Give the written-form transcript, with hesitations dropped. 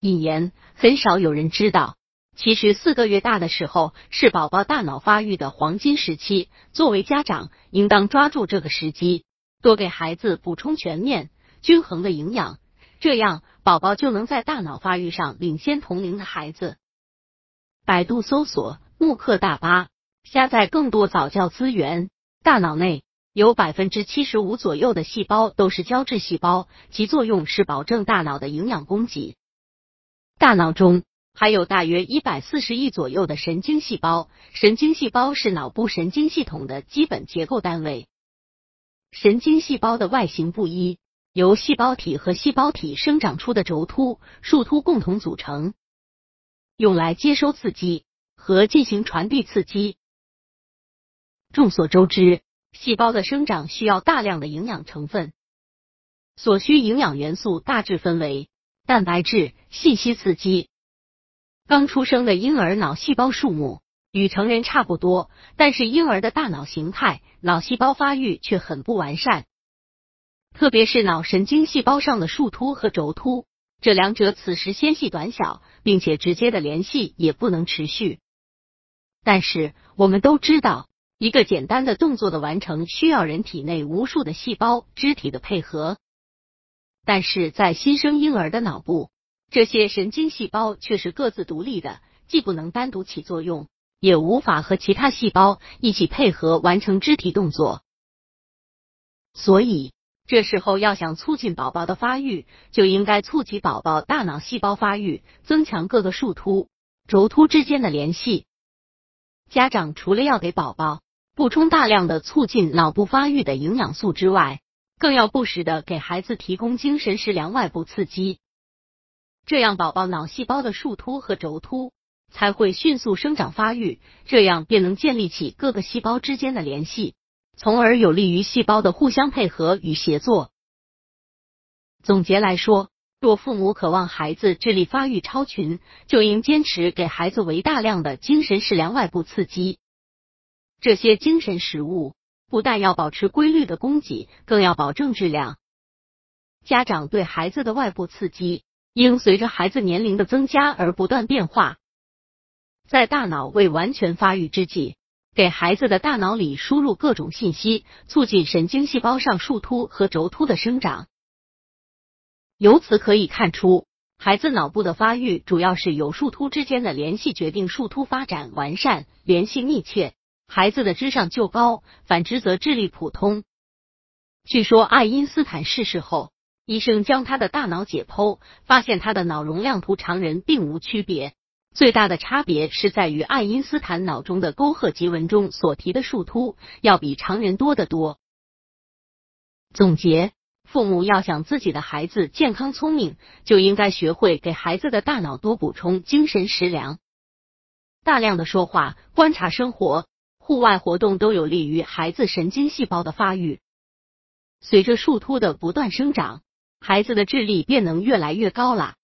引言，很少有人知道，其实4个月大的时候是宝宝大脑发育的黄金时期，作为家长，应当抓住这个时机，多给孩子补充全面、均衡的营养，这样宝宝就能在大脑发育上领先同龄的孩子。百度搜索慕课大巴，下载更多早教资源。大脑内有 75% 左右的细胞都是胶质细胞，其作用是保证大脑的营养供给。大脑中还有大约140亿左右的神经细胞，神经细胞是脑部神经系统的基本结构单位。神经细胞的外形不一，由细胞体和细胞体生长出的轴突、树突共同组成，用来接收刺激和进行传递刺激。众所周知，细胞的生长需要大量的营养成分，所需营养元素大致分为蛋白质、信息刺激。刚出生的婴儿脑细胞数目与成人差不多，但是婴儿的大脑形态、脑细胞发育却很不完善，特别是脑神经细胞上的树突和轴突，这两者此时纤细短小，并且直接的联系也不能持续。但是我们都知道，一个简单的动作的完成需要人体内无数的细胞、肢体的配合，但是在新生婴儿的脑部，这些神经细胞却是各自独立的，既不能单独起作用，也无法和其他细胞一起配合完成肢体动作。所以这时候要想促进宝宝的发育，就应该促进宝宝大脑细胞发育，增强各个树突、轴突之间的联系。家长除了要给宝宝补充大量的促进脑部发育的营养素之外，更要不时的给孩子提供精神食粮外部刺激，这样宝宝脑细胞的树突和轴突才会迅速生长发育，这样便能建立起各个细胞之间的联系，从而有利于细胞的互相配合与协作。总结来说，若父母渴望孩子智力发育超群，就应坚持给孩子为大量的精神食粮外部刺激。这些精神食物不但要保持规律的供给，更要保证质量。家长对孩子的外部刺激应随着孩子年龄的增加而不断变化。在大脑未完全发育之际，给孩子的大脑里输入各种信息，促进神经细胞上树突和轴突的生长。由此可以看出，孩子脑部的发育主要是由树突之间的联系决定，树突发展完善，联系密切，孩子的智商就高，反之则智力普通。据说爱因斯坦逝世后，医生将他的大脑解剖，发现他的脑容量图常人并无区别，最大的差别是在于爱因斯坦脑中的沟壑棘纹中所提的树突要比常人多得多。总结，父母要想自己的孩子健康聪明，就应该学会给孩子的大脑多补充精神食粮。大量的说话、观察生活、户外活动都有利于孩子神经细胞的发育。随着树突的不断生长，孩子的智力便能越来越高了。